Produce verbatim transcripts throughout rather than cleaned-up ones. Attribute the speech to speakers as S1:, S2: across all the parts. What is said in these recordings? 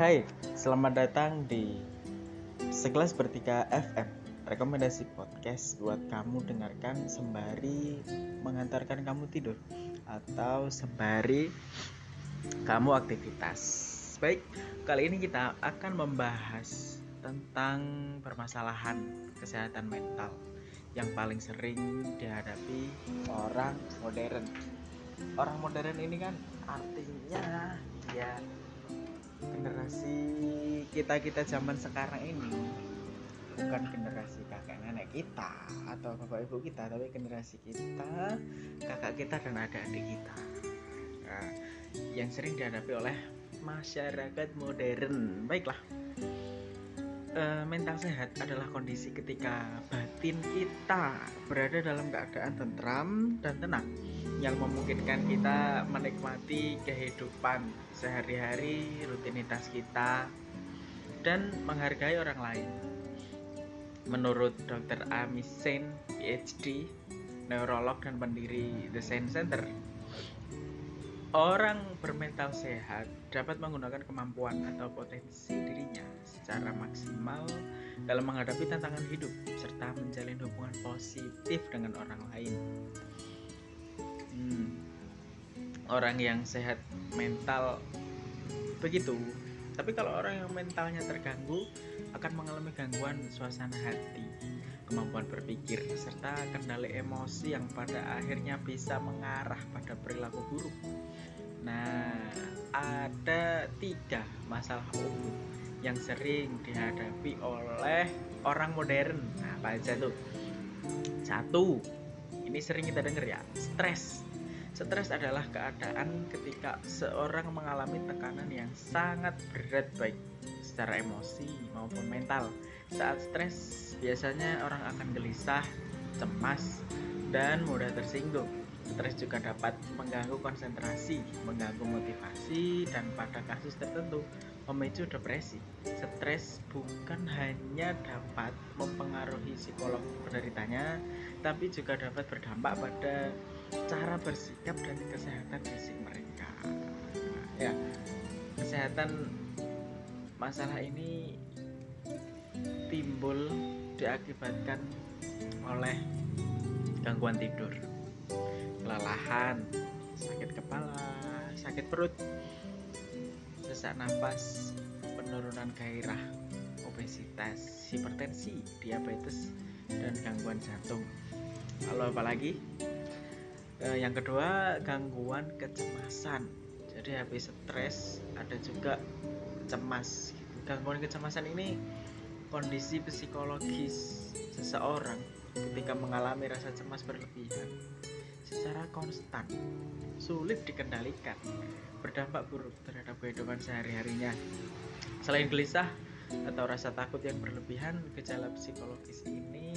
S1: Hai, selamat datang di Sekelas Bertiga F M. Rekomendasi podcast buat kamu dengarkan sembari mengantarkan kamu tidur atau sembari kamu aktivitas. Baik, kali ini kita akan membahas tentang permasalahan kesehatan mental yang paling sering dihadapi orang modern. Orang modern ini kan artinya ya generasi kita-kita zaman sekarang ini, bukan generasi kakek nenek kita atau bapak ibu kita, tapi generasi kita, kakak kita dan adik-adik kita. Nah, yang sering dihadapi oleh masyarakat modern. Baiklah, e, mental sehat adalah kondisi ketika batin kita berada dalam keadaan tentram dan tenang, yang memungkinkan kita menikmati kehidupan sehari-hari, rutinitas kita, dan menghargai orang lain. Menurut dokter Amy Shane, P H D, neurolog dan pendiri The Shane Center, orang bermental sehat dapat menggunakan kemampuan atau potensi dirinya secara maksimal dalam menghadapi tantangan hidup serta menjalin hubungan positif dengan orang lain. Hmm, orang yang sehat mental begitu. Tapi kalau orang yang mentalnya terganggu akan mengalami gangguan suasana hati, kemampuan berpikir, serta kendali emosi yang pada akhirnya bisa mengarah pada perilaku buruk. Nah, ada tiga masalah umum yang sering dihadapi oleh orang modern. Nah, apa aja tuh? Satu, ini sering kita dengar ya, stres. Stres adalah keadaan ketika seorang mengalami tekanan yang sangat berat, baik secara emosi maupun mental. Saat stres, biasanya orang akan gelisah, cemas, dan mudah tersinggung. Stres juga dapat mengganggu konsentrasi, mengganggu motivasi, dan pada kasus tertentu memicu depresi. Stres bukan hanya dapat mempengaruhi psikolog penderitanya, tapi juga dapat berdampak pada cara bersikap dan kesehatan fisik mereka. Nah, ya, kesehatan masalah ini timbul diakibatkan oleh gangguan tidur, kelelahan, sakit kepala, sakit perut, sesak nafas, penurunan gairah, obesitas, hipertensi, diabetes, dan gangguan jantung. Lalu apalagi? E, yang kedua, gangguan kecemasan. Jadi habis stres ada juga cemas. Gangguan kecemasan ini kondisi psikologis seseorang ketika mengalami rasa cemas berlebihan secara konstan, sulit dikendalikan, berdampak buruk terhadap kehidupan sehari-harinya. Selain gelisah atau rasa takut yang berlebihan, gejala psikologis ini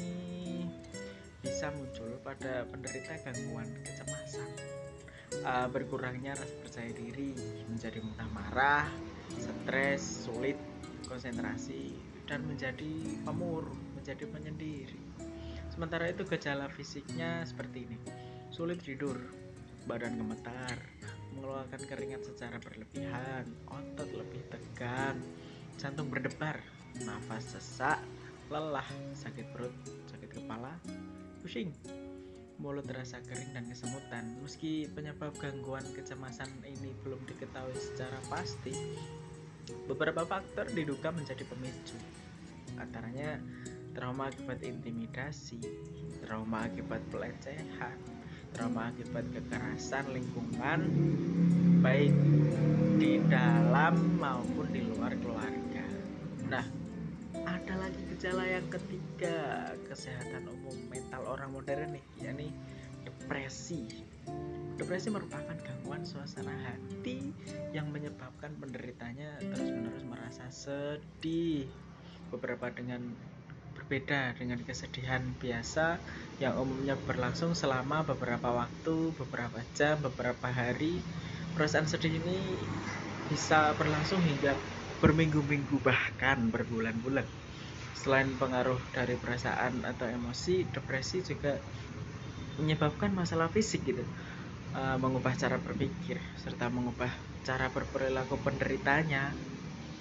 S1: bisa muncul pada penderita gangguan kecemasan. Uh, berkurangnya rasa percaya diri, menjadi mudah marah, stres, sulit konsentrasi, dan menjadi pemurung, menjadi penyendiri. Sementara itu gejala fisiknya seperti ini: sulit tidur, badan gemetar, mengeluarkan keringat secara berlebihan, otot lebih tegang, jantung berdebar, nafas sesak, lelah, sakit perut, sakit kepala, pusing, mulut terasa kering dan kesemutan. Meski penyebab gangguan kecemasan ini belum diketahui secara pasti, beberapa faktor diduga menjadi pemicu. Antaranya trauma akibat intimidasi, trauma akibat pelecehan, trauma akibat kekerasan lingkungan, baik di dalam maupun di luar keluarga. Nah, ada lagi gejala yang ketiga, kesehatan umum mental orang modern nih, yakni depresi. Depresi merupakan gangguan suasana hati yang menyebabkan penderitanya terus-menerus merasa sedih. Beberapa dengan berbeda dengan kesedihan biasa yang umumnya berlangsung selama beberapa waktu, beberapa jam, beberapa hari. Perasaan sedih ini bisa berlangsung hingga berminggu-minggu, bahkan berbulan-bulan. Selain pengaruh dari perasaan atau emosi, depresi juga menyebabkan masalah fisik gitu, e, mengubah cara berpikir serta mengubah cara berperilaku penderitanya.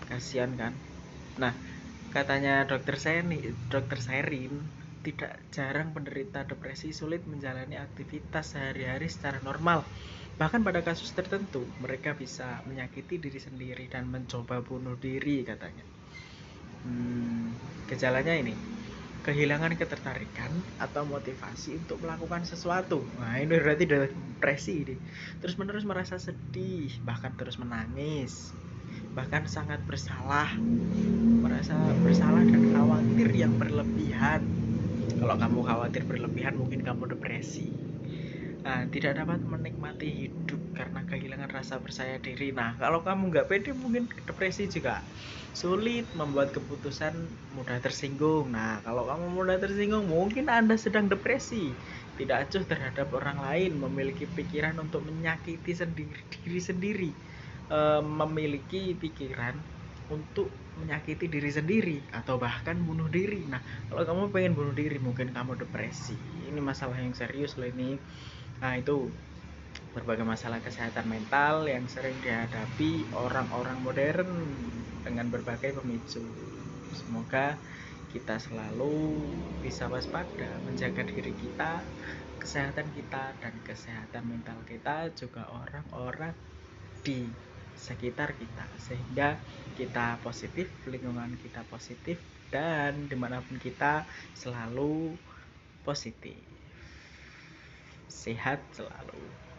S1: Kasihan kan. Nah, katanya dokter saya nih, dokter Serin, tidak jarang penderita depresi sulit menjalani aktivitas sehari-hari secara normal. Bahkan pada kasus tertentu, mereka bisa menyakiti diri sendiri dan mencoba bunuh diri katanya. Hmm, gejalanya ini, kehilangan ketertarikan atau motivasi untuk melakukan sesuatu. Nah, ini berarti depresi ini. Terus-menerus merasa sedih, bahkan terus menangis, bahkan sangat bersalah, merasa bersalah dan khawatir yang berlebihan. Kalau kamu khawatir berlebihan, mungkin kamu depresi. Nah, tidak dapat menikmati hidup karena kehilangan rasa percaya diri. Nah, kalau kamu nggak pede, mungkin depresi juga. Sulit membuat keputusan, mudah tersinggung. Nah, kalau kamu mudah tersinggung, mungkin Anda sedang depresi. Tidak acuh terhadap orang lain, memiliki pikiran untuk menyakiti sendiri, diri sendiri, e, memiliki pikiran untuk menyakiti diri sendiri atau bahkan bunuh diri. Nah, kalau kamu pengen bunuh diri, mungkin kamu depresi. Ini masalah yang serius loh ini. Nah, itu berbagai masalah kesehatan mental yang sering dihadapi orang-orang modern dengan berbagai pemicu. Semoga kita selalu bisa waspada, menjaga diri kita, kesehatan kita, dan kesehatan mental kita, juga orang-orang di sekitar kita, sehingga kita positif, lingkungan kita positif, dan dimanapun kita selalu positif. Sehat selalu.